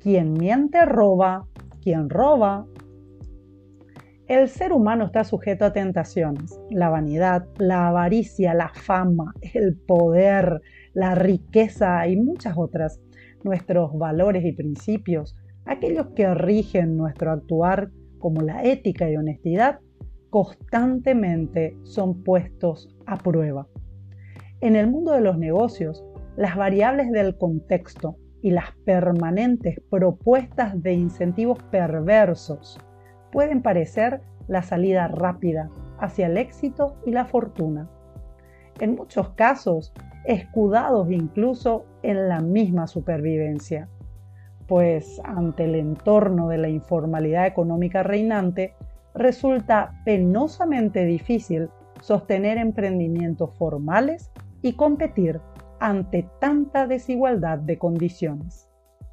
Quien miente roba, quien roba. El ser humano está sujeto a tentaciones, la vanidad, la avaricia, la fama, el poder, la riqueza y muchas otras. Nuestros valores y principios, aquellos que rigen nuestro actuar como la ética y honestidad, constantemente son puestos a prueba. En el mundo de los negocios, las variables del contexto y las permanentes propuestas de incentivos perversos pueden parecer la salida rápida hacia el éxito y la fortuna. En muchos casos, escudados incluso en la misma supervivencia, pues ante el entorno de la informalidad económica reinante, resulta penosamente difícil sostener emprendimientos formales y competir ante tanta desigualdad de condiciones.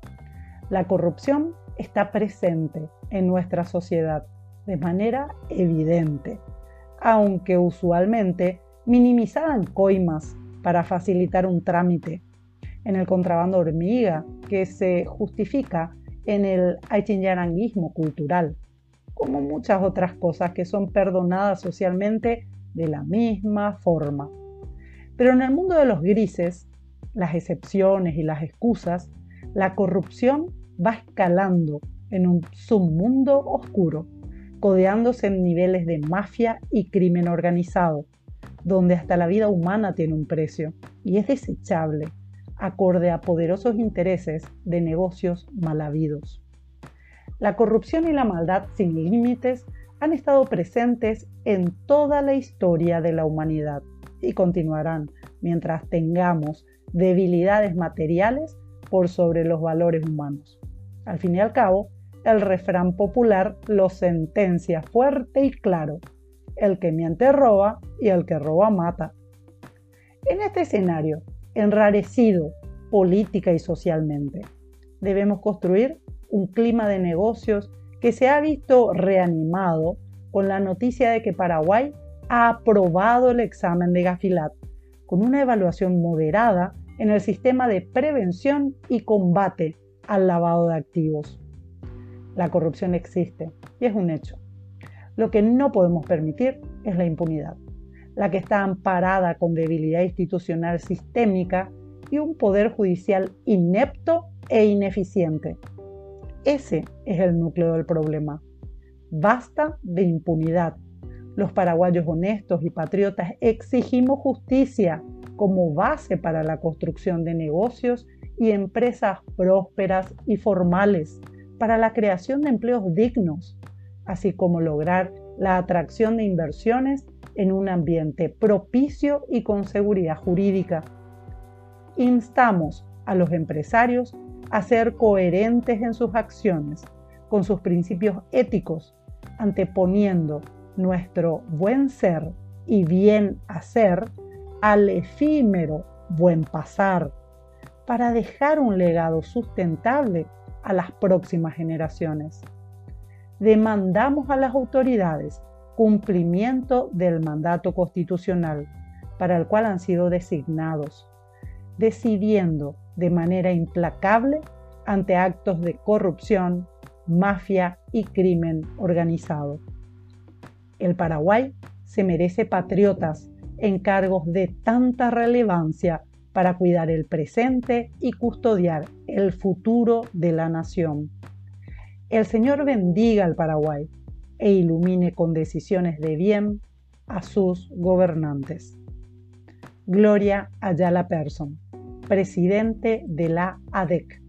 La corrupción está presente en nuestra sociedad de manera evidente, aunque usualmente minimizada en coimas para facilitar un trámite, en el contrabando hormiga que se justifica en el aichinyaranguismo cultural, como muchas otras cosas que son perdonadas socialmente de la misma forma. Pero en el mundo de los grises, las excepciones y las excusas, la corrupción va escalando en un submundo oscuro, codeándose en niveles de mafia y crimen organizado, donde hasta la vida humana tiene un precio y es desechable, acorde a poderosos intereses de negocios mal habidos. La corrupción y la maldad sin límites han estado presentes en toda la historia de la humanidad y continuarán mientras tengamos debilidades materiales por sobre los valores humanos. Al fin y al cabo, el refrán popular lo sentencia fuerte y claro: el que miente roba y el que roba mata. En este escenario, enrarecido política y socialmente, debemos construir un clima de negocios que se ha visto reanimado con la noticia de que Paraguay ha aprobado el examen de Gafilat, con una evaluación moderada en el sistema de prevención y combate al lavado de activos. La corrupción existe y es un hecho. Lo que no podemos permitir es la impunidad, la que está amparada con debilidad institucional sistémica y un poder judicial inepto e ineficiente. Ese es el núcleo del problema. Basta de impunidad. Los paraguayos honestos y patriotas exigimos justicia como base para la construcción de negocios y empresas prósperas y formales, para la creación de empleos dignos, así como lograr la atracción de inversiones en un ambiente propicio y con seguridad jurídica. Instamos a los empresarios a ser coherentes en sus acciones, con sus principios éticos, anteponiendo nuestro buen ser y bien hacer al efímero buen pasar, para dejar un legado sustentable a las próximas generaciones. Demandamos a las autoridades cumplimiento del mandato constitucional para el cual han sido designados, decidiendo de manera implacable ante actos de corrupción, mafia y crimen organizado. El Paraguay se merece patriotas en cargos de tanta relevancia para cuidar el presente y custodiar el futuro de la nación. El Señor bendiga al Paraguay e ilumine con decisiones de bien a sus gobernantes. Gloria Ayala Persson, presidente de la ADEC.